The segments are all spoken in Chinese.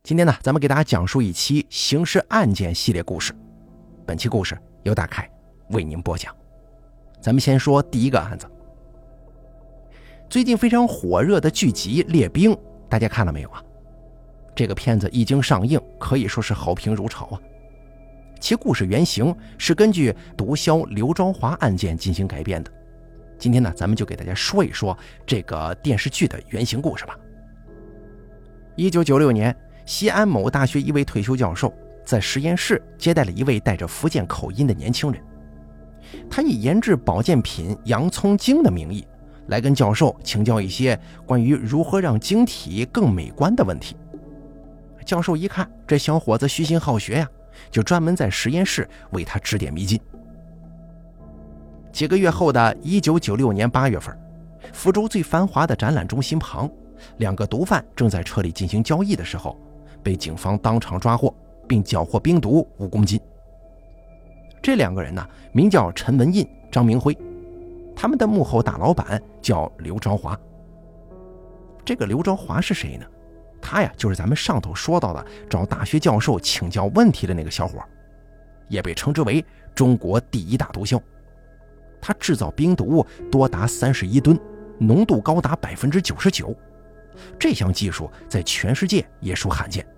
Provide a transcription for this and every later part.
今天呢，咱们给大家讲述一期刑事案件系列故事。本期故事由大凯为您播讲。咱们先说第一个案子。最近非常火热的剧集《列兵》，大家看了没有啊？这个片子一经上映，可以说是好评如潮啊。其故事原型是根据毒枭刘昭华案件进行改编的。今天呢，咱们就给大家说一说这个电视剧的原型故事吧。1996年，西安某大学一位退休教授在实验室接待了一位带着福建口音的年轻人，他以研制保健品洋葱精的名义来跟教授请教一些关于如何让晶体更美观的问题。教授一看这小伙子虚心好学呀，就专门在实验室为他指点迷津。几个月后的1996年8月份，福州最繁华的展览中心旁，两个毒贩正在车里进行交易的时候，被警方当场抓获，并缴获冰毒5公斤。这两个人呢，名叫陈文印、张明辉，他们的幕后大老板叫刘昭华。这个刘昭华是谁呢？他呀，就是咱们上头说到的找大学教授请教问题的那个小伙，也被称之为中国第一大毒枭。他制造冰毒多达31吨，浓度高达 99%， 这项技术在全世界也属罕见。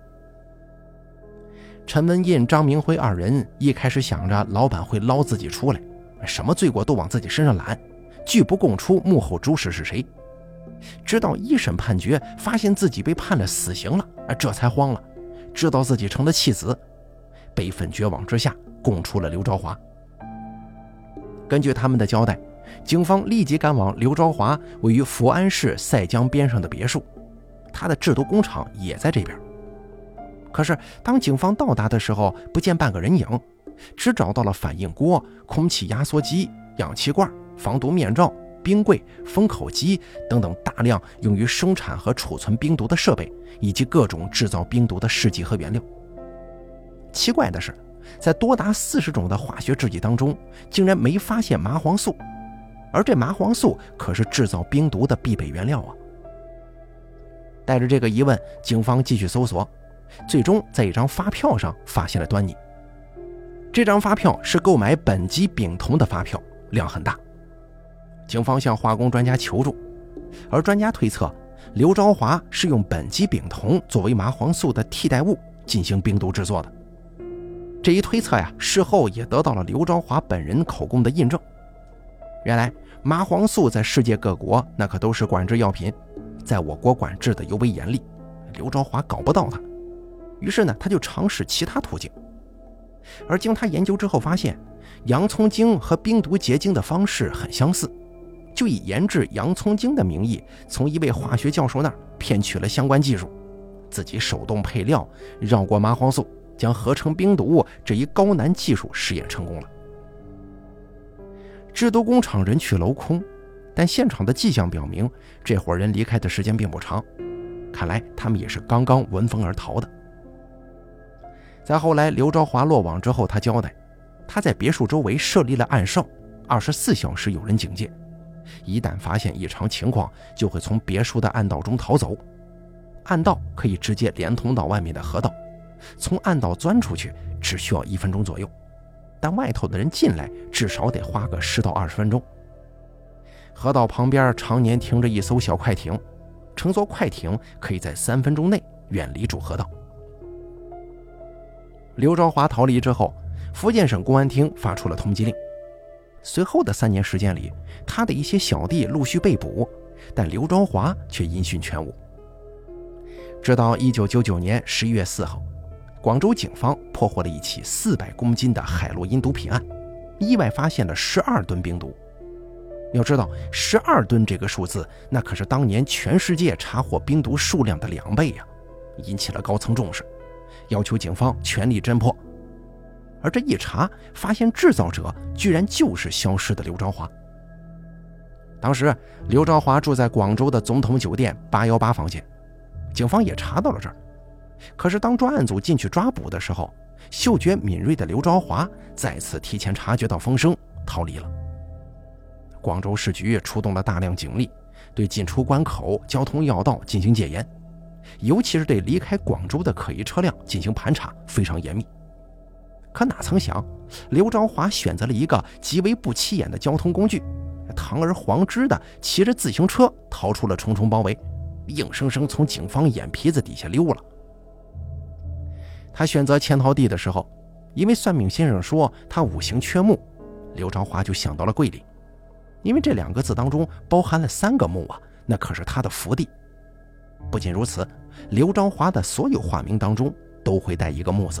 陈文印、张明辉二人一开始想着老板会捞自己出来，什么罪过都往自己身上揽，拒不供出幕后主使是谁。直到一审判决发现自己被判了死刑了，这才慌了，知道自己成了弃子，悲愤绝望之下供出了刘昭华。根据他们的交代，警方立即赶往刘昭华位于福安市赛江边上的别墅，他的制毒工厂也在这边。可是当警方到达的时候，不见半个人影，只找到了反应锅、空气压缩机、氧气罐、防毒面罩、冰柜、封口机等等大量用于生产和储存冰毒的设备，以及各种制造冰毒的试剂和原料。奇怪的是，在多达40种的化学制剂当中，竟然没发现麻黄素，而这麻黄素可是制造冰毒的必备原料啊！带着这个疑问，警方继续搜索，最终在一张发票上发现了端倪。这张发票是购买苯基丙酮的发票，量很大。警方向化工专家求助，而专家推测刘昭华是用苯基丙酮作为麻黄素的替代物进行冰毒制作的。这一推测呀，事后也得到了刘昭华本人口供的印证。原来麻黄素在世界各国那可都是管制药品，在我国管制的尤为严厉，刘昭华搞不到它，于是呢，他就尝试其他途径。而经他研究之后发现，洋葱精和冰毒结晶的方式很相似，就以研制洋葱精的名义，从一位化学教授那儿骗取了相关技术，自己手动配料，绕过麻黄素，将合成冰毒这一高难技术试验成功了。制毒工厂人去楼空，但现场的迹象表明，这伙人离开的时间并不长，看来他们也是刚刚闻风而逃的。在后来刘昭华落网之后，他交代，他在别墅周围设立了暗哨，24小时有人警戒，一旦发现异常情况，就会从别墅的暗道中逃走。暗道可以直接连通到外面的河道，从暗道钻出去只需要1分钟左右，但外头的人进来至少得花个10到20分钟。河道旁边常年停着一艘小快艇，乘坐快艇可以在3分钟内远离主河道。刘昭华逃离之后，福建省公安厅发出了通缉令。随后的3年时间里，他的一些小弟陆续被捕，但刘昭华却音讯全无。直到1999年11月4号，广州警方破获了一起400公斤的海洛因毒品案，意外发现了12吨冰毒。要知道12吨这个数字，那可是当年全世界查获冰毒数量的2倍呀，引起了高层重视，要求警方全力侦破。而这一查，发现制造者居然就是消失的刘昭华。当时刘昭华住在广州的总统酒店818房间，警方也查到了这儿。可是当专案组进去抓捕的时候，嗅觉敏锐的刘昭华再次提前察觉到风声，逃离了。广州市局出动了大量警力，对进出关口、交通要道进行戒严， 尤其是对离开广州的可疑车辆进行盘查，非常严密。可哪曾想，刘昭华选择了一个极为不起眼的交通工具，堂而皇之的骑着自行车逃出了重重包围，硬生生从警方眼皮子底下溜了。他选择潜逃地的时候，因为算命先生说他五行缺木，刘昭华就想到了桂林，因为这2个字当中包含了3个木啊，那可是他的福地。不仅如此，刘昭华的所有化名当中都会带一个木字。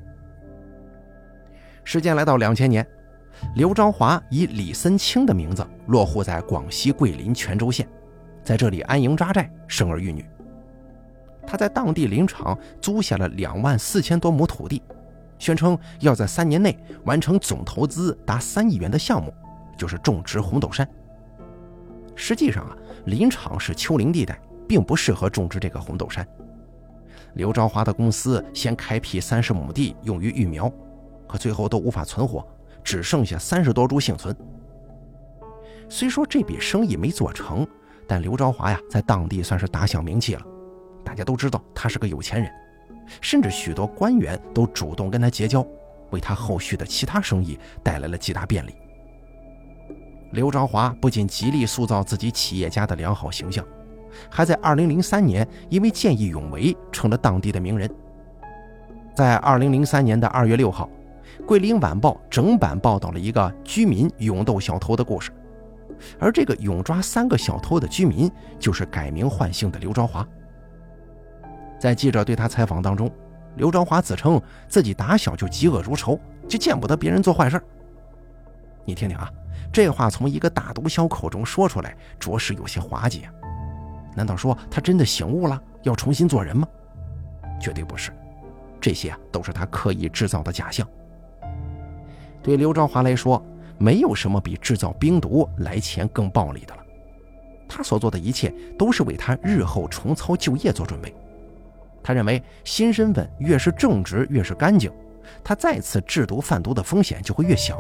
时间来到2000年，刘昭华以李森清的名字落户在广西桂林泉州县，在这里安营扎寨，生儿育女。他在当地林场租下了24000多亩土地，宣称要在3年内完成总投资达3亿元的项目，就是种植红豆杉。实际上啊，林场是丘陵地带，并不适合种植这个红豆杉。刘昭华的公司先开辟30亩地用于育苗，可最后都无法存活，只剩下30多株幸存。虽说这笔生意没做成，但刘昭华呀在当地算是打响名气了，大家都知道他是个有钱人，甚至许多官员都主动跟他结交，为他后续的其他生意带来了极大便利。刘昭华不仅极力塑造自己企业家的良好形象，还在2003年因为见义勇为成了当地的名人。在2003年的2月6号，桂林晚报整版报道了一个居民勇斗小偷的故事，而这个勇抓3个小偷的居民就是改名换姓的刘昭华。在记者对他采访当中，刘昭华自称自己打小就嫉恶如仇，就见不得别人做坏事。你听听啊，这话从一个大毒枭口中说出来，着实有些滑稽啊。难道说他真的醒悟了，要重新做人吗？绝对不是，这些都是他刻意制造的假象。对刘昭华来说，没有什么比制造冰毒来钱更暴利的了。他所做的一切都是为他日后重操旧业做准备。他认为新身份越是正直越是干净，他再次制毒贩毒的风险就会越小。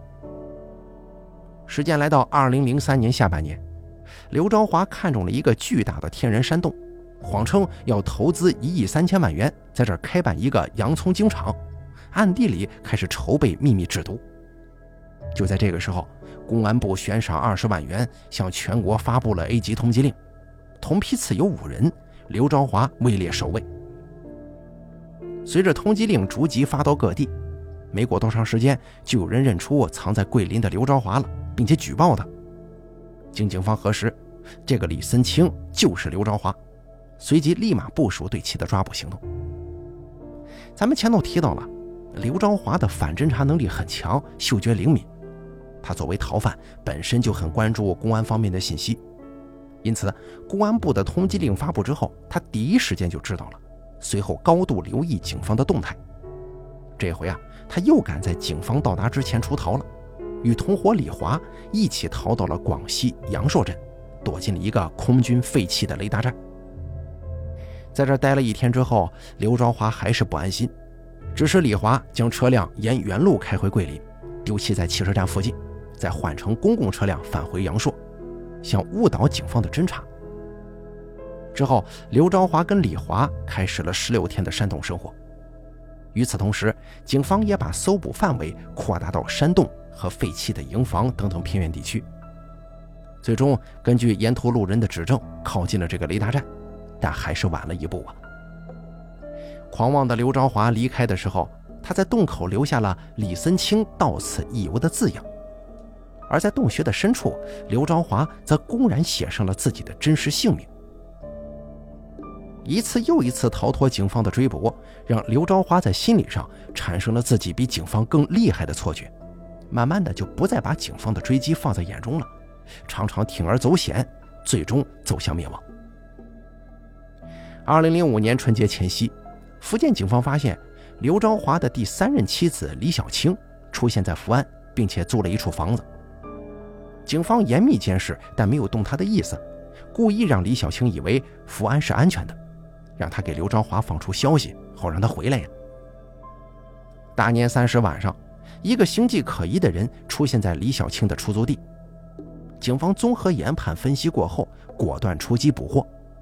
时间来到2003年下半年，刘昭华看中了一个巨大的天然山洞，谎称要投资1亿3千万元在这儿开办一个洋葱精厂，暗地里开始筹备秘密制毒。就在这个时候，公安部悬赏20万元向全国发布了 A 级通缉令，同批次有5人，刘昭华位列首位。随着通缉令逐级发到各地，没过多长时间，就有人认出藏在桂林的刘昭华了，并且举报他。经警方核实，这个李森清就是刘昭华，随即立马部署对其的抓捕行动。咱们前头提到了，刘昭华的反侦查能力很强，嗅觉灵敏。他作为逃犯，本身就很关注公安方面的信息，因此公安部的通缉令发布之后，他第一时间就知道了，随后高度留意警方的动态。这回啊，他又赶在警方到达之前出逃了，与同伙李华一起逃到了广西阳朔镇，躲进了一个空军废弃的雷达站。在这待了1天之后，刘昭华还是不安心，指使李华将车辆沿原路开回桂林，丢弃在汽车站附近，再换乘公共车辆返回阳朔，想误导警方的侦查。之后，刘昭华跟李华开始了16天的山洞生活。与此同时，警方也把搜捕范围扩大到山洞和废弃的营房等等偏远地区。最终根据沿途路人的指证，靠近了这个雷达站，但还是晚了一步啊。狂妄的刘昭华离开的时候，他在洞口留下了李森清到此一游的字样，而在洞穴的深处，刘昭华则公然写上了自己的真实姓名。一次又一次逃脱警方的追捕，让刘昭华在心理上产生了自己比警方更厉害的错觉，慢慢的就不再把警方的追击放在眼中了，常常铤而走险，最终走向灭亡。2005年春节前夕，福建警方发现刘昭华的第3任妻子李小青出现在福安，并且租了一处房子。警方严密监视，但没有动他的意思，故意让李小青以为福安是安全的，让他给刘昭华放出消息，好让他回来呀。大年30晚上，一个形迹可疑的人出现在李小青的出租地，警方综合研判分析过后，果断出击捕获。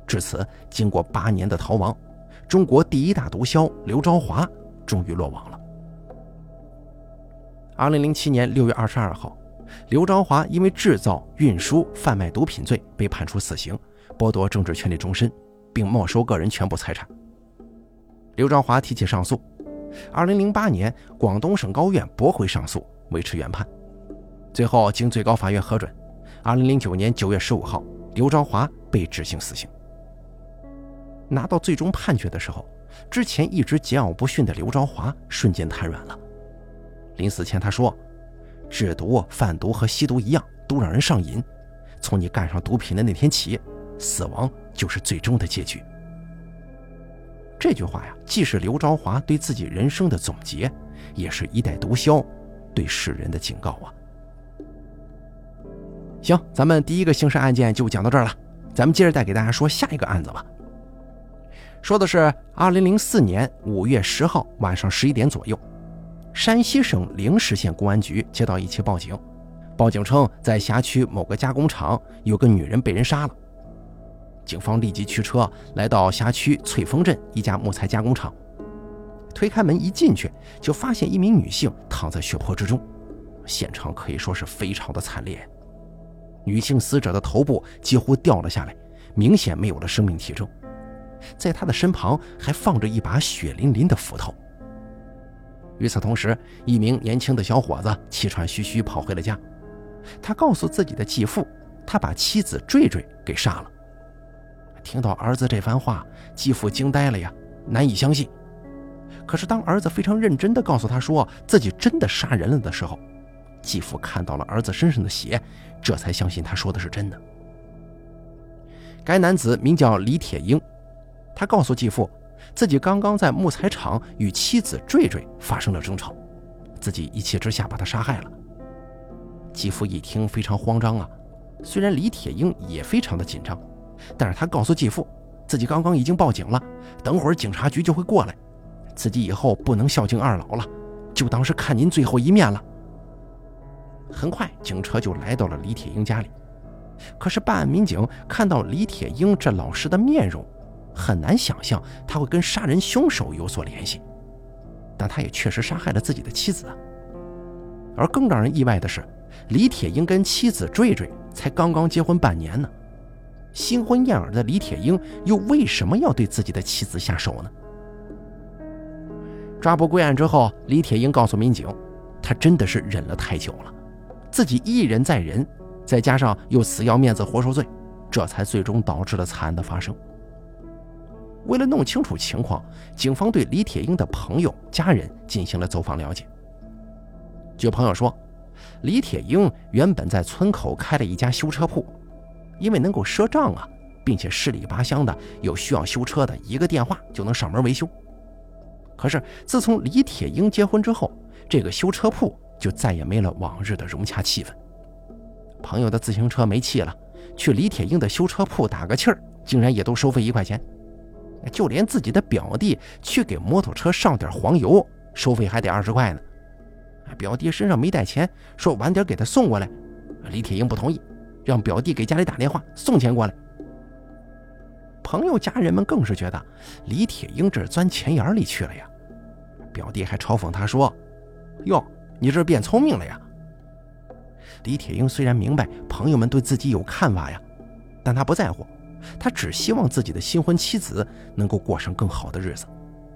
至此，经过8年的逃亡，中国第一大毒枭刘昭华终于落网了。2007年6月22号，刘昭华因为制造、运输、贩卖毒品罪被判处死刑，剥夺政治权利终身，并没收个人全部财产。刘昭华提起上诉，2008年广东省高院驳回上诉，维持原判。最后经最高法院核准，2009年9月15号，刘昭华被执行死刑。拿到最终判决的时候，之前一直桀骜不驯的刘昭华瞬间瘫软了。临死前他说，制毒、贩毒和吸毒一样，都让人上瘾，从你干上毒品的那天起，死亡就是最终的结局。这句话呀，既是刘昭华对自己人生的总结，也是一代毒枭对世人的警告啊。行，咱们第一个刑事案件就讲到这儿了，咱们接着再给大家说下一个案子吧。说的是2004年5月10号晚上11点左右，山西省灵石县公安局接到一起报警，报警称在辖区某个加工厂有个女人被人杀了。警方立即驱车来到辖区翠峰镇一家木材加工厂，推开门一进去，就发现一名女性躺在血泊之中，现场可以说是非常的惨烈。女性死者的头部几乎掉了下来，明显没有了生命体征，在她的身旁还放着一把血淋淋的斧头。与此同时，一名年轻的小伙子气喘吁吁跑回了家，他告诉自己的继父，他把妻子坠坠给杀了。听到儿子这番话，继父惊呆了呀，难以相信。可是当儿子非常认真地告诉他说自己真的杀人了的时候，继父看到了儿子身上的血，这才相信他说的是真的。该男子名叫李铁英，他告诉继父，自己刚刚在木材厂与妻子坠坠发生了争吵，自己一气之下把他杀害了。继父一听非常慌张啊，虽然李铁英也非常的紧张，但是他告诉继父，自己刚刚已经报警了，等会儿警察局就会过来，自己以后不能孝敬二老了，就当是看您最后一面了。很快警车就来到了李铁英家里，可是办案民警看到李铁英这老实的面容，很难想象他会跟杀人凶手有所联系，但他也确实杀害了自己的妻子啊。而更让人意外的是，李铁英跟妻子坠坠才刚刚结婚半年呢，新婚燕尔的李铁英又为什么要对自己的妻子下手呢？抓捕归案之后，李铁英告诉民警，他真的是忍了太久了，自己一忍再忍，再加上又死要面子活受罪，这才最终导致了惨案的发生。为了弄清楚情况，警方对李铁英的朋友、家人进行了走访了解。据朋友说，李铁英原本在村口开了一家修车铺，因为能够赊账啊，并且十里八乡的有需要修车的，一个电话就能上门维修。可是自从李铁英结婚之后，这个修车铺就再也没了往日的融洽气氛。朋友的自行车没气了，去李铁英的修车铺打个气儿，竟然也都收费1块钱。就连自己的表弟去给摩托车上点黄油，收费还得20块呢。表弟身上没带钱，说晚点给他送过来，李铁英不同意，让表弟给家里打电话送钱过来。朋友家人们更是觉得李铁英这是钻钱眼里去了呀。表弟还嘲讽他说，哟，你这变聪明了呀。李铁英虽然明白朋友们对自己有看法呀，但他不在乎，他只希望自己的新婚妻子能够过上更好的日子。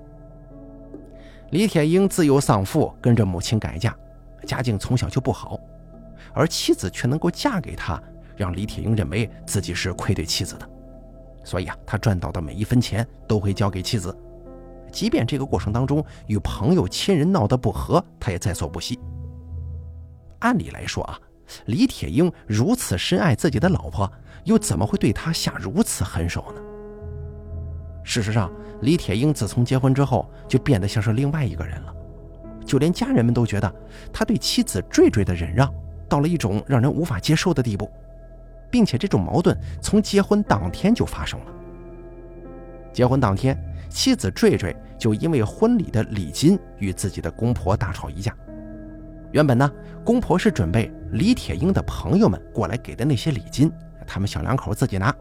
李铁英自幼丧父，跟着母亲改嫁，家境从小就不好，而妻子却能够嫁给他，让李铁英认为自己是愧对妻子的，所以他赚到的每一分钱都会交给妻子，即便这个过程当中与朋友亲人闹得不和，他也在所不惜。按理来说啊，李铁英如此深爱自己的老婆，又怎么会对他下如此狠手呢？事实上，李铁英自从结婚之后就变得像是另外一个人了，就连家人们都觉得他对妻子坠坠的忍让到了一种让人无法接受的地步，并且这种矛盾从结婚当天就发生了。结婚当天，妻子坠坠就因为婚礼的礼金与自己的公婆大吵一架。原本呢，公婆是准备李铁英的朋友们过来给的那些礼金，他们小两口自己拿，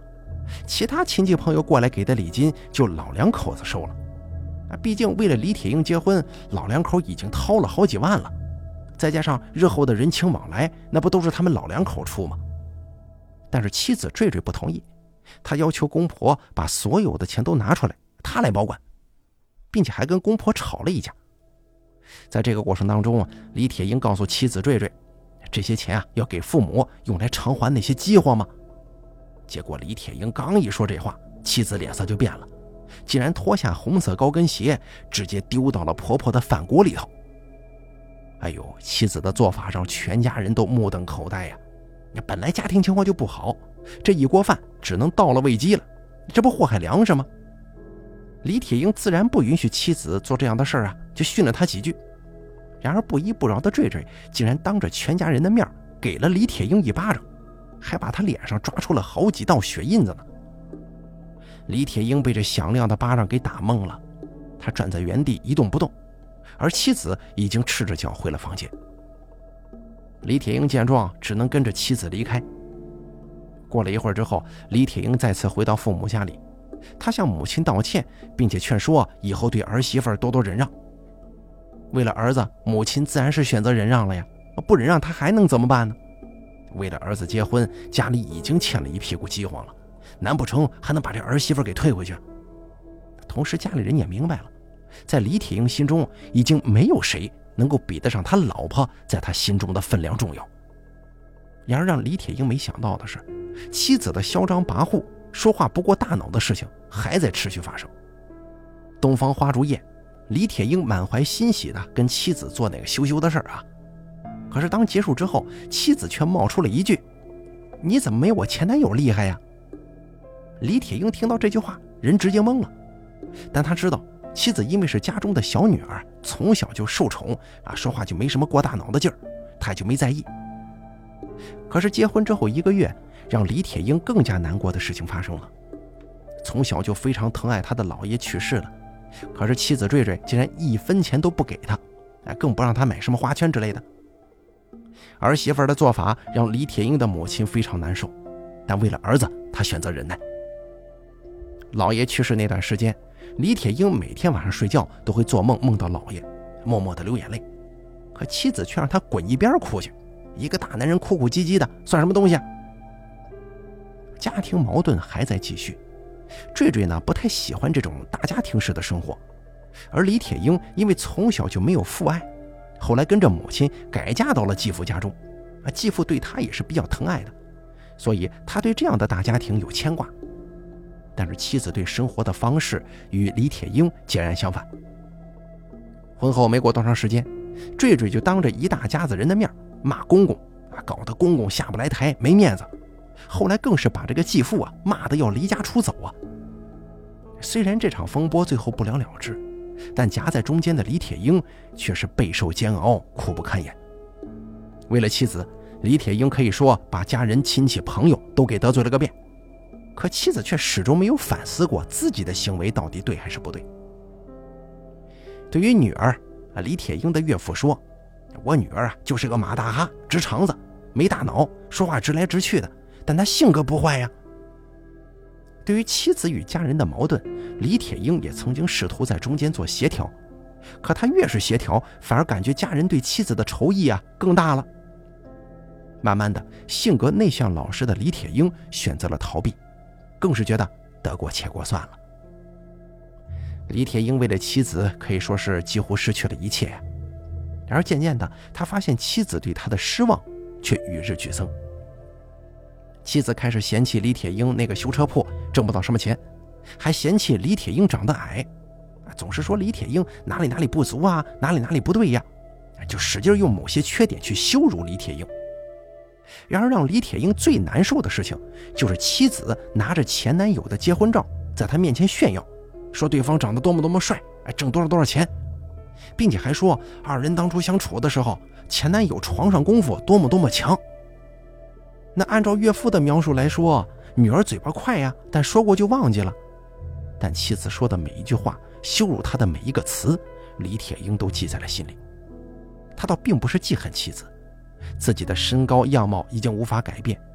其他亲戚朋友过来给的礼金就老两口子收了。毕竟为了李铁英结婚，老两口已经掏了好几万了，再加上日后的人情往来，那不都是他们老两口出吗？但是妻子坠坠不同意，他要求公婆把所有的钱都拿出来，他来保管，并且还跟公婆吵了一架。在这个过程当中李铁英告诉妻子坠坠，这些钱要给父母用来偿还那些饥荒吗？结果李铁英刚一说这话，妻子脸色就变了，竟然脱下红色高跟鞋，直接丢到了婆婆的饭锅里头。哎呦，妻子的做法让全家人都目瞪口呆呀！本来家庭情况就不好，这一锅饭只能倒了喂鸡了，这不祸害粮食吗？李铁英自然不允许妻子做这样的事儿就训了他几句。然而不依不饶的坠坠竟然当着全家人的面给了李铁英一巴掌，还把他脸上抓出了好几道血印子呢。李铁英被这响亮的巴掌给打懵了，他站在原地一动不动，而妻子已经赤着脚回了房间。李铁英见状只能跟着妻子离开。过了一会儿之后，李铁英再次回到父母家里，他向母亲道歉，并且劝说以后对儿媳妇多多忍让。为了儿子，母亲自然是选择忍让了呀，不忍让他还能怎么办呢？为了儿子结婚，家里已经欠了一屁股饥荒了，难不成还能把这儿媳妇给退回去？同时家里人也明白了，在李铁英心中已经没有谁能够比得上他老婆在他心中的分量重要。然而让李铁英没想到的是，妻子的嚣张跋扈、说话不过大脑的事情还在持续发生。东方花烛夜，李铁英满怀欣喜的跟妻子做那个羞羞的事儿可是当结束之后，妻子却冒出了一句：“你怎么没我前男友厉害呀？”李铁英听到这句话，人直接懵了。但他知道妻子因为是家中的小女儿，从小就受宠说话就没什么过大脑的劲儿，他就没在意。可是结婚之后1个月，让李铁英更加难过的事情发生了。从小就非常疼爱他的姥爷去世了，可是妻子坠坠竟然1分钱都不给他，更不让他买什么花圈之类的。儿媳妇的做法让李铁英的母亲非常难受，但为了儿子，她选择忍耐。姥爷去世那段时间，李铁英每天晚上睡觉都会做梦，梦到姥爷，默默地流眼泪。可妻子却让他滚一边哭去，一个大男人哭哭唧唧的，算什么东西？家庭矛盾还在继续，坠坠呢不太喜欢这种大家庭式的生活，而李铁英因为从小就没有父爱，后来跟着母亲改嫁到了继父家中，继父对他也是比较疼爱的，所以他对这样的大家庭有牵挂。但是妻子对生活的方式与李铁英截然相反。婚后没过多长时间，坠坠就当着一大家子人的面骂公公，搞得公公下不来台，没面子。后来更是把这个继父骂得要离家出走虽然这场风波最后不了了之，但夹在中间的李铁英却是备受煎熬，苦不堪言。为了妻子，李铁英可以说把家人、亲戚、朋友都给得罪了个遍，可妻子却始终没有反思过自己的行为到底对还是不对。对于女儿，李铁英的岳父说：“我女儿就是个马大哈，直肠子，没大脑，说话直来直去的，但她性格不坏呀。”对于妻子与家人的矛盾，李铁英也曾经试图在中间做协调，可他越是协调，反而感觉家人对妻子的仇意更大了。慢慢的，性格内向老实的李铁英选择了逃避，更是觉得得过且过算了。李铁英为了妻子可以说是几乎失去了一切然而渐渐的，他发现妻子对他的失望却与日俱增。妻子开始嫌弃李铁英那个修车铺挣不到什么钱，还嫌弃李铁英长得矮，总是说李铁英哪里不足哪里不对呀，就使劲用某些缺点去羞辱李铁英。然而让李铁英最难受的事情，就是妻子拿着前男友的结婚照在他面前炫耀，说对方长得多么帅，挣多少钱，并且还说二人当初相处的时候，前男友床上功夫多么强。那按照岳父的描述来说，女儿嘴巴快但说过就忘记了。但妻子说的每一句话，羞辱他的每一个词，李铁英都记在了心里。他倒并不是记恨妻子，自己的身高样貌已经无法改变，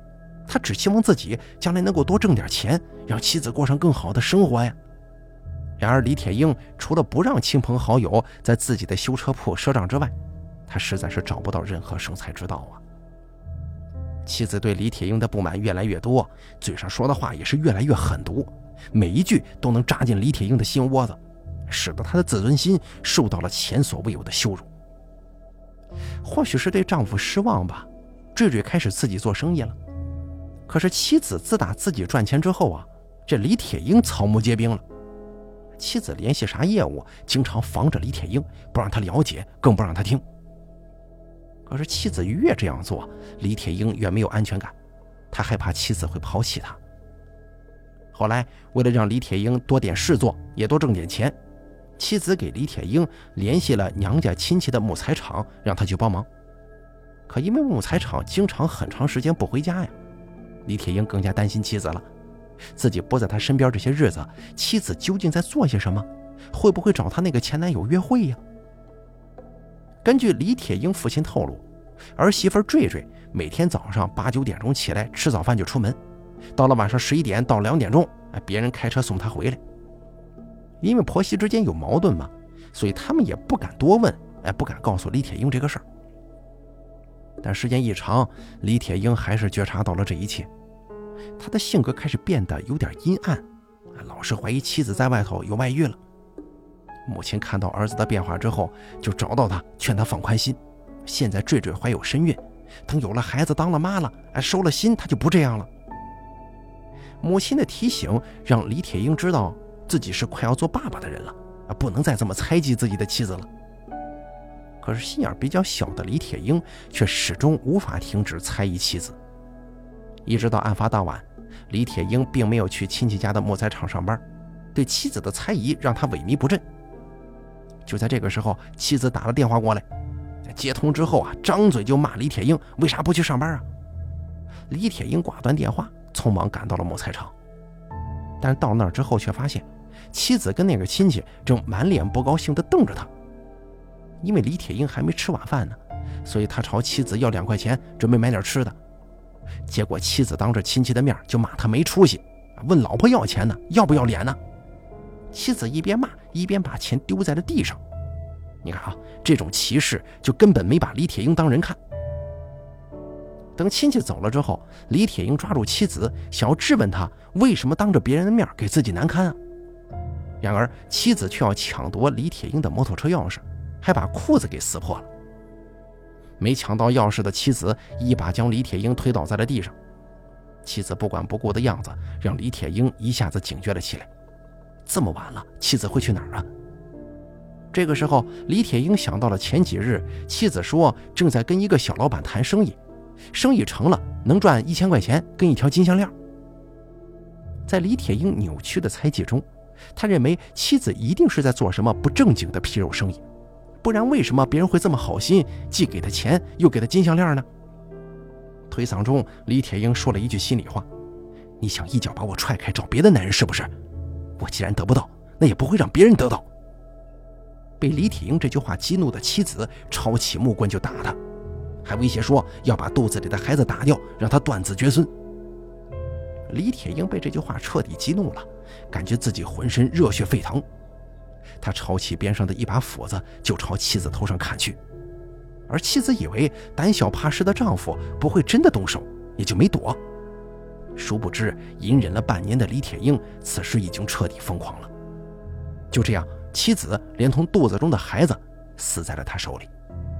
他只希望自己将来能够多挣点钱，让妻子过上更好的生活呀。然而李铁英除了不让亲朋好友在自己的修车铺赊账之外，他实在是找不到任何生财之道啊。妻子对李铁英的不满越来越多，嘴上说的话也是越来越狠毒，每一句都能扎进李铁英的心窝子，使得她的自尊心受到了前所未有的羞辱。或许是对丈夫失望吧，坠坠开始自己做生意了。可是妻子自打自己赚钱之后啊，这李铁英草木皆兵了。妻子联系啥业务，经常防着李铁英，不让他了解，更不让他听。可是妻子越这样做，李铁英越没有安全感，他害怕妻子会抛弃他。后来为了让李铁英多点事做，也多挣点钱，妻子给李铁英联系了娘家亲戚的木材厂，让他去帮忙。可因为木材厂经常很长时间不回家呀，李铁英更加担心妻子了。自己不在他身边这些日子，妻子究竟在做些什么？会不会找他那个前男友约会呀？根据李铁英父亲透露，儿媳妇坠坠每天早上8、9点钟起来吃早饭就出门，到了晚上11点到2点钟，别人开车送她回来。因为婆媳之间有矛盾嘛，所以他们也不敢多问，不敢告诉李铁英这个事儿。但时间一长，李铁英还是觉察到了这一切。他的性格开始变得有点阴暗，老是怀疑妻子在外头有外遇了。母亲看到儿子的变化之后，就找到他，劝他放宽心。现在坠坠怀有身孕，等有了孩子当了妈了，收了心，他就不这样了。母亲的提醒让李铁英知道自己是快要做爸爸的人了，不能再这么猜忌自己的妻子了。可是心眼比较小的李铁英却始终无法停止猜疑妻子。一直到案发当晚，李铁英并没有去亲戚家的木材厂上班，对妻子的猜疑让他萎靡不振。就在这个时候，妻子打了电话过来，接通之后张嘴就骂李铁英为啥不去上班啊？李铁英挂断电话，匆忙赶到了木材厂。但是到那儿之后却发现妻子跟那个亲戚正满脸不高兴地瞪着他。因为李铁英还没吃晚饭呢，所以他朝妻子要2块钱，准备买点吃的。结果妻子当着亲戚的面就骂他没出息，问老婆要钱呢，要不要脸呢？妻子一边骂一边把钱丢在了地上。你看这种歧视就根本没把李铁英当人看。等亲戚走了之后，李铁英抓住妻子，想要质问他为什么当着别人的面给自己难堪啊。然而妻子却要抢夺李铁英的摩托车钥匙，还把裤子给撕破了。没抢到钥匙的妻子一把将李铁英推倒在了地上。妻子不管不顾的样子让李铁英一下子警觉了起来。这么晚了，妻子会去哪儿啊？这个时候李铁英想到了前几日妻子说正在跟一个小老板谈生意，生意成了能赚1000块钱跟一条金项链。在李铁英扭曲的猜忌中，他认为妻子一定是在做什么不正经的皮肉生意，不然为什么别人会这么好心，既给他钱又给他金项链呢？颓丧中，李铁英说了一句心里话：你想一脚把我踹开找别的男人是不是？我既然得不到，那也不会让别人得到。被李铁英这句话激怒的妻子抄起木棍就打他，还威胁说要把肚子里的孩子打掉，让他断子绝孙。李铁英被这句话彻底激怒了，感觉自己浑身热血沸腾。他抄起边上的一把斧子就朝妻子头上砍去，而妻子以为胆小怕事的丈夫不会真的动手，也就没躲。殊不知隐忍了半年的李铁英此时已经彻底疯狂了。就这样，妻子连同肚子中的孩子死在了他手里。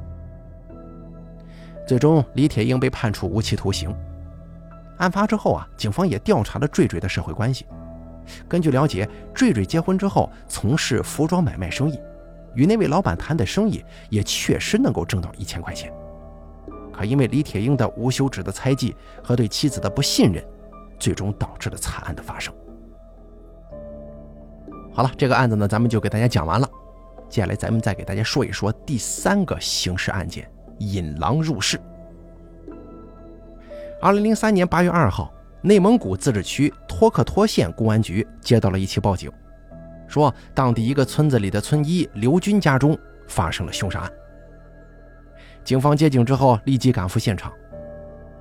最终李铁英被判处无期徒刑。案发之后警方也调查了坠坠的社会关系。根据了解，坠坠结婚之后从事服装买卖生意，与那位老板谈的生意也确实能够挣到1000块钱。可因为李铁英的无休止的猜忌和对妻子的不信任，最终导致了惨案的发生。好了，这个案子呢，咱们就给大家讲完了。接下来咱们再给大家说一说第3个刑事案件——引狼入室。2003年8月2号，内蒙古自治区托克托县公安局接到了一起报警，说当地一个村子里的村医刘军家中发生了凶杀案。警方接警之后立即赶赴现场。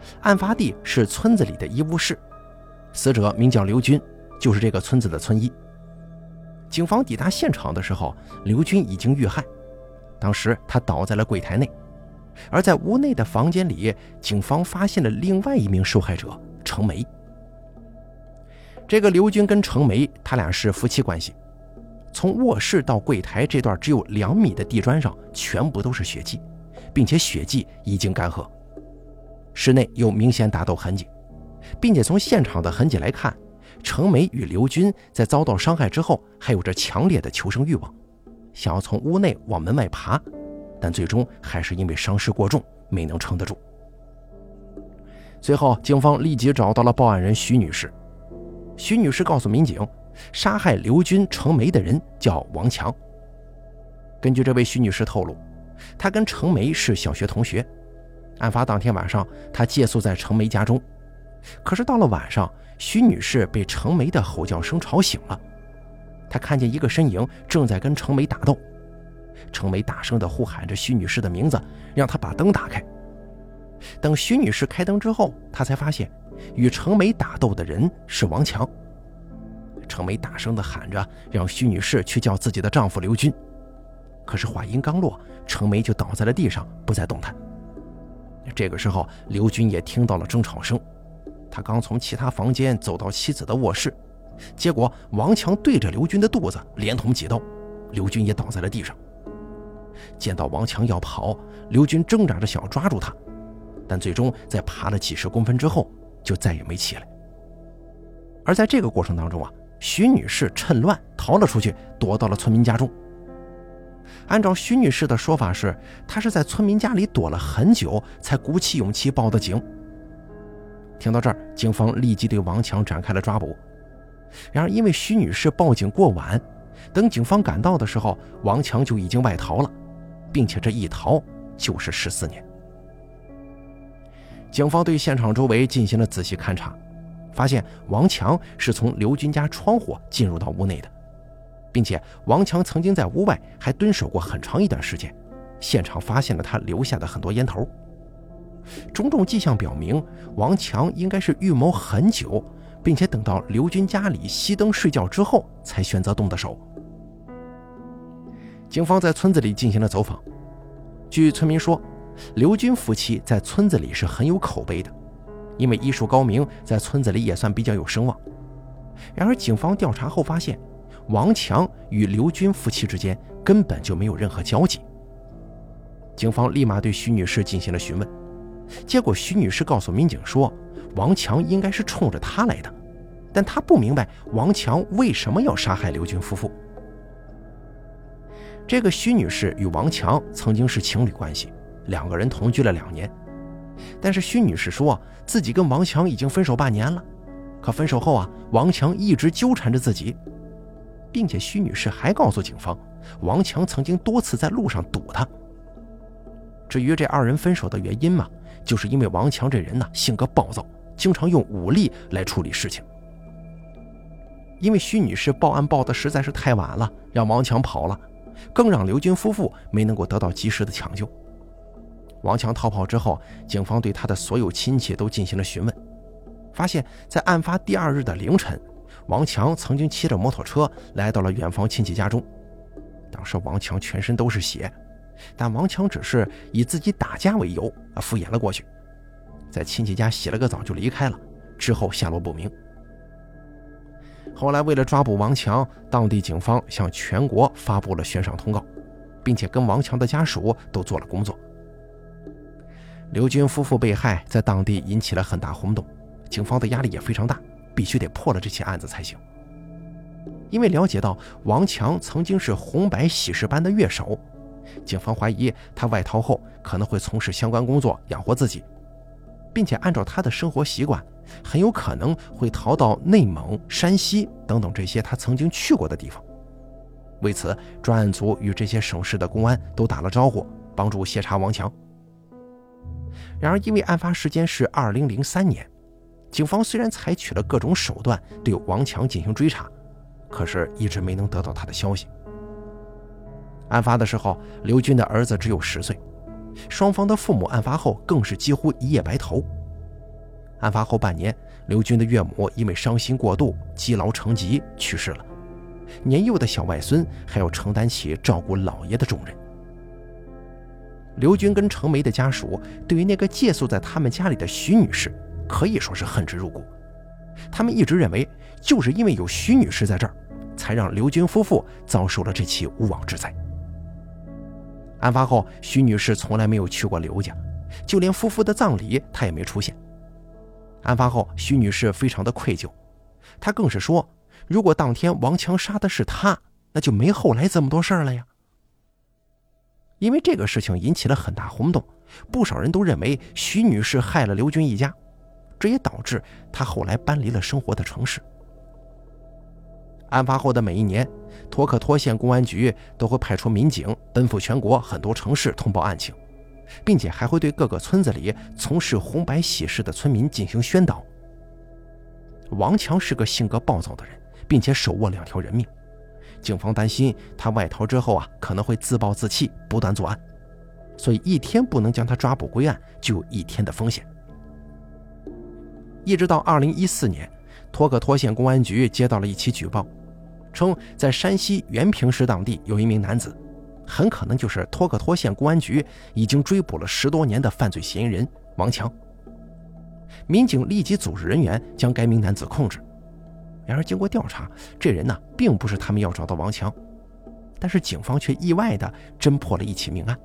案发地是村子里的医务室，死者名叫刘军，就是这个村子的村医。警方抵达现场的时候，刘军已经遇害，当时他倒在了柜台内。而在屋内的房间里，警方发现了另外一名受害者程梅。这个刘军跟程梅他俩是夫妻关系，从卧室到柜台这段只有2米的地砖上全部都是血迹，并且血迹已经干涸，室内有明显打斗痕迹，并且从现场的痕迹来看，程梅与刘军在遭到伤害之后还有着强烈的求生欲望，想要从屋内往门外爬，但最终还是因为伤势过重没能撑得住。随后警方立即找到了报案人徐女士。徐女士告诉民警，杀害刘军、程梅的人叫王强。根据这位徐女士透露，她跟程梅是小学同学，案发当天晚上她借宿在程梅家中，可是到了晚上，徐女士被程梅的吼叫声吵醒了，她看见一个身影正在跟程梅打斗，程梅大声地呼喊着徐女士的名字，让她把灯打开。等徐女士开灯之后，她才发现与程梅打斗的人是王强。程梅大声地喊着让徐女士去叫自己的丈夫刘军，可是话音刚落，程梅就倒在了地上，不再动弹。这个时候刘军也听到了争吵声，他刚从其他房间走到妻子的卧室，结果王强对着刘军的肚子连捅几刀，刘军也倒在了地上。见到王强要跑，刘军挣扎着想要抓住他，但最终在爬了几十公分之后就再也没起来。而在这个过程当中徐女士趁乱逃了出去，躲到了村民家中。按照徐女士的说法是，她是在村民家里躲了很久才鼓起勇气报的警。听到这儿，警方立即对王强展开了抓捕。然而因为徐女士报警过晚，等警方赶到的时候，王强就已经外逃了，并且这一逃就是14年。警方对现场周围进行了仔细勘查，发现王强是从刘军家窗户进入到屋内的，并且王强曾经在屋外还蹲守过很长一段时间，现场发现了他留下的很多烟头。种种迹象表明，王强应该是预谋很久，并且等到刘军家里熄灯睡觉之后才选择动的手。警方在村子里进行了走访，据村民说，刘军夫妻在村子里是很有口碑的，因为医术高明，在村子里也算比较有声望。然而警方调查后发现，王强与刘军夫妻之间根本就没有任何交集。警方立马对徐女士进行了询问，结果徐女士告诉民警说，王强应该是冲着她来的，但她不明白王强为什么要杀害刘军夫妇。这个徐女士与王强曾经是情侣关系，2个人同居了2年，但是徐女士说自己跟王强已经分手半年了，可分手后王强一直纠缠着自己，并且徐女士还告诉警方，王强曾经多次在路上堵她。至于这2人分手的原因嘛，就是因为王强这人性格暴躁，经常用武力来处理事情。因为徐女士报案报得实在是太晚了，让王强跑了，更让刘军夫妇没能够得到及时的抢救。王强逃跑之后，警方对他的所有亲戚都进行了询问，发现在案发第2日的凌晨，王强曾经骑着摩托车来到了远房亲戚家中。当时王强全身都是血，但王强只是以自己打架为由敷衍了过去，在亲戚家洗了个澡就离开了，之后下落不明。后来为了抓捕王强，当地警方向全国发布了悬赏通告，并且跟王强的家属都做了工作。刘军夫妇被害在当地引起了很大轰动，警方的压力也非常大，必须得破了这起案子才行。因为了解到王强曾经是红白喜事班的乐手，警方怀疑他外逃后可能会从事相关工作养活自己，并且按照他的生活习惯，很有可能会逃到内蒙、山西等等这些他曾经去过的地方。为此，专案组与这些省市的公安都打了招呼，帮助协查王强。然而因为案发时间是2003年，警方虽然采取了各种手段对王强进行追查，可是一直没能得到他的消息。案发的时候，刘军的儿子只有10岁，双方的父母案发后更是几乎一夜白头。 案发后半年，刘军的岳母因为伤心过度，积劳成疾去世了。年幼的小外孙还要承担起照顾老爷的重任。刘军跟程梅的家属对于那个借宿在他们家里的徐女士可以说是恨之入骨。他们一直认为，就是因为有徐女士在这儿，才让刘军夫妇遭受了这起无妄之灾。案发后，徐女士从来没有去过刘家，就连夫妇的葬礼她也没出现。案发后，徐女士非常的愧疚，她更是说，如果当天王强杀的是她，那就没后来这么多事儿了呀。因为这个事情引起了很大轰动，不少人都认为徐女士害了刘军一家，这也导致她后来搬离了生活的城市。案发后的每一年，托克托县公安局都会派出民警奔赴全国很多城市通报案情，并且还会对各个村子里从事红白喜事的村民进行宣导。王强是个性格暴躁的人，并且手握2条人命，警方担心他外逃之后可能会自暴自弃，不断作案，所以一天不能将他抓捕归案，就有1天的风险。一直到2014年，托克托县公安局接到了一起举报，称在山西原平市当地有一名男子，很可能就是托克托县公安局已经追捕了10多年的犯罪嫌疑人王强。民警立即组织人员将该名男子控制。然而经过调查，这人并不是他们要找的王强，但是警方却意外地侦破了一起命案。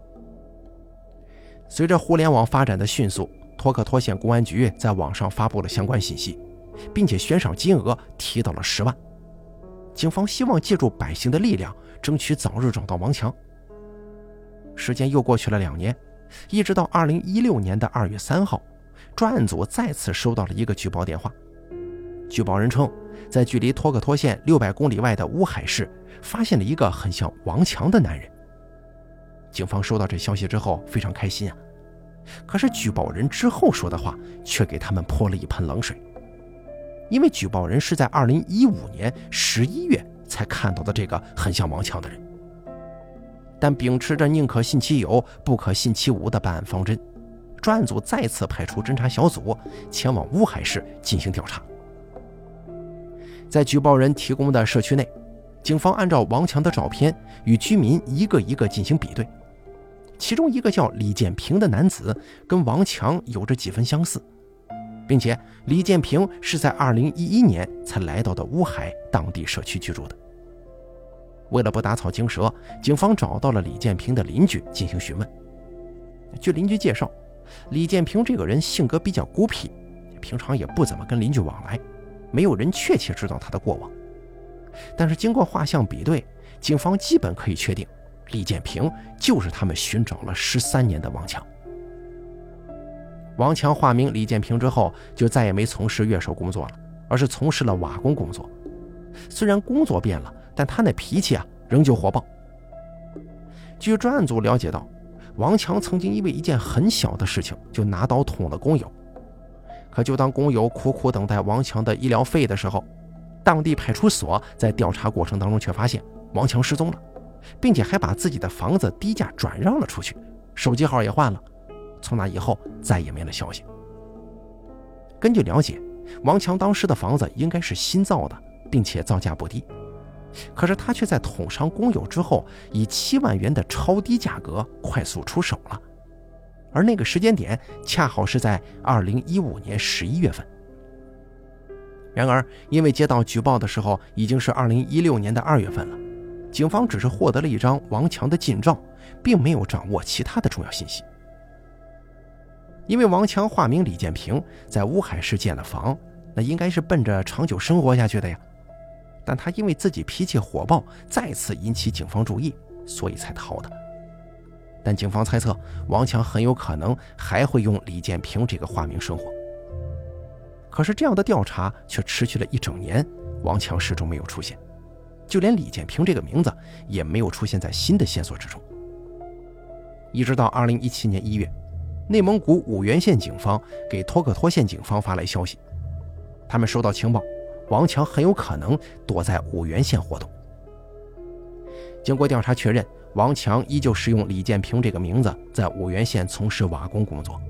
随着互联网发展的迅速，托克托县公安局在网上发布了相关信息，并且悬赏金额提到了10万。警方希望借助百姓的力量，争取早日找到王强。时间又过去了2年，一直到2016年的2月3号，专案组再次收到了一个举报电话。举报人称，在距离托克托县600公里外的乌海市发现了一个很像王强的男人。警方收到这消息之后非常开心可是举报人之后说的话却给他们泼了一盆冷水。因为举报人是在2015年11月才看到的这个很像王强的人。但秉持着宁可信其有不可信其无的办案方针，专案组再次派出侦查小组前往乌海市进行调查。在举报人提供的社区内，警方按照王强的照片与居民一个一个进行比对，其中一个叫李建平的男子跟王强有着几分相似，并且李建平是在2011年才来到的乌海当地社区居住的。为了不打草惊蛇，警方找到了李建平的邻居进行询问。据邻居介绍，李建平这个人性格比较孤僻，平常也不怎么跟邻居往来，没有人确切知道他的过往。但是经过画像比对，警方基本可以确定李建平就是他们寻找了13年的王强。王强化名李建平之后，就再也没从事乐手工作了，而是从事了瓦工工作。虽然工作变了，但他那脾气仍旧火爆。据专案组了解到，王强曾经因为一件很小的事情就拿刀捅了工友。可就当工友苦苦等待王强的医疗费的时候，当地派出所在调查过程当中却发现王强失踪了，并且还把自己的房子低价转让了出去，手机号也换了。从那以后再也没了消息。根据了解，王强当时的房子应该是新造的，并且造价不低，可是他却在捅伤工友之后，以7万元的超低价格快速出手了。而那个时间点恰好是在2015年11月份。然而因为接到举报的时候已经是2016年的2月份了，警方只是获得了一张王强的近照，并没有掌握其他的重要信息。因为王强化名李建平，在乌海市建了房，那应该是奔着长久生活下去的呀。但他因为自己脾气火爆，再次引起警方注意，所以才逃的。但警方猜测，王强很有可能还会用李建平这个化名生活。可是这样的调查却持续了1整年，王强始终没有出现，就连李建平这个名字也没有出现在新的线索之中。一直到2017年1月，内蒙古五原县警方给托克托县警方发来消息，他们收到情报，王强很有可能躲在五原县活动。经过调查确认，王强依旧使用李建平这个名字在五原县从事瓦工工作，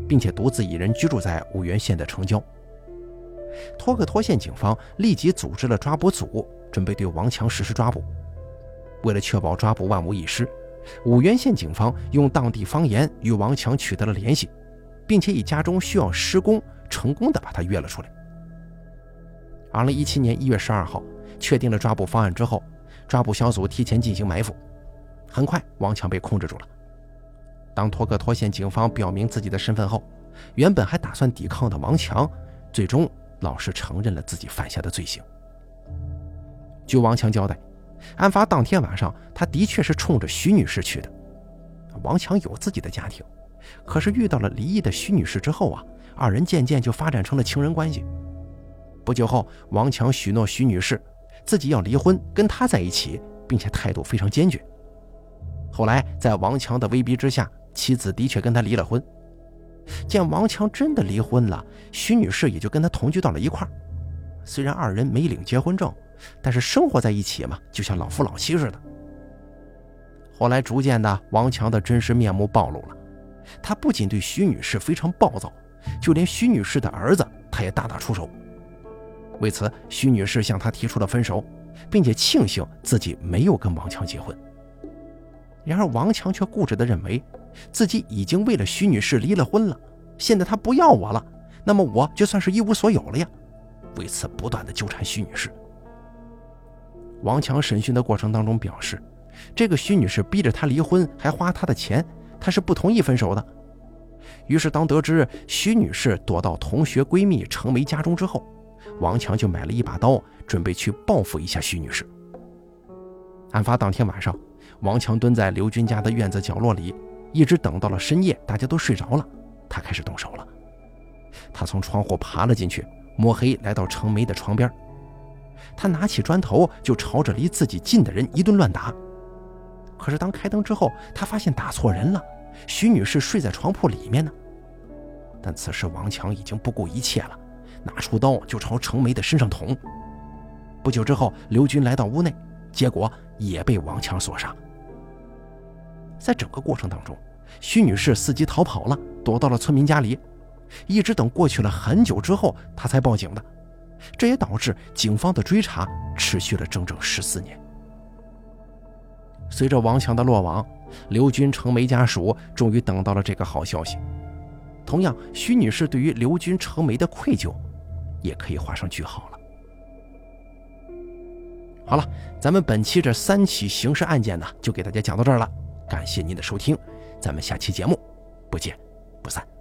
并且独自一人居住在五原县的城郊。托克托县警方立即组织了抓捕组，准备对王强实施抓捕。为了确保抓捕万无一失，五原县警方用当地方言与王强取得了联系，并且以家中需要施工成功地把他约了出来。2017年1月12号，确定了抓捕方案之后，抓捕小组提前进行埋伏，很快王强被控制住了。当托克托县警方表明自己的身份后，原本还打算抵抗的王强最终老实承认了自己犯下的罪行。据王强交代，案发当天晚上他的确是冲着徐女士去的。王强有自己的家庭，可是遇到了离异的徐女士之后二人渐渐就发展成了情人关系。不久后，王强许诺徐女士自己要离婚，跟她在一起，并且态度非常坚决。后来在王强的威逼之下，妻子的确跟他离了婚。见王强真的离婚了，徐女士也就跟他同居到了一块儿。虽然二人没领结婚证，但是生活在一起嘛，就像老夫老妻似的。后来逐渐的，王强的真实面目暴露了。他不仅对徐女士非常暴躁，就连徐女士的儿子他也大打出手。为此，徐女士向他提出了分手，并且庆幸自己没有跟王强结婚。然而王强却固执地认为自己已经为了徐女士离了婚了，现在她不要我了，那么我就算是一无所有了呀。为此不断地纠缠徐女士。王强审讯的过程当中表示，这个徐女士逼着他离婚，还花他的钱，他是不同意分手的。于是当得知徐女士躲到同学闺蜜程梅家中之后，王强就买了一把刀，准备去报复一下徐女士。案发当天晚上，王强蹲在刘军家的院子角落里，一直等到了深夜，大家都睡着了，他开始动手了。他从窗户爬了进去，摸黑来到程梅的床边，他拿起砖头就朝着离自己近的人一顿乱打。可是当开灯之后，他发现打错人了，徐女士睡在床铺里面呢。但此时王强已经不顾一切了，拿出刀就朝程梅的身上捅。不久之后，刘军来到屋内，结果也被王强所杀。在整个过程当中，徐女士伺机逃跑了，躲到了村民家里，一直等过去了很久之后，她才报警的。这也导致警方的追查持续了整整14年。随着王强的落网，刘军、程梅家属终于等到了这个好消息。同样，徐女士对于刘军、程梅的愧疚也可以画上句号了。好了，咱们本期这3起刑事案件呢，就给大家讲到这儿了。感谢您的收听，咱们下期节目不见不散。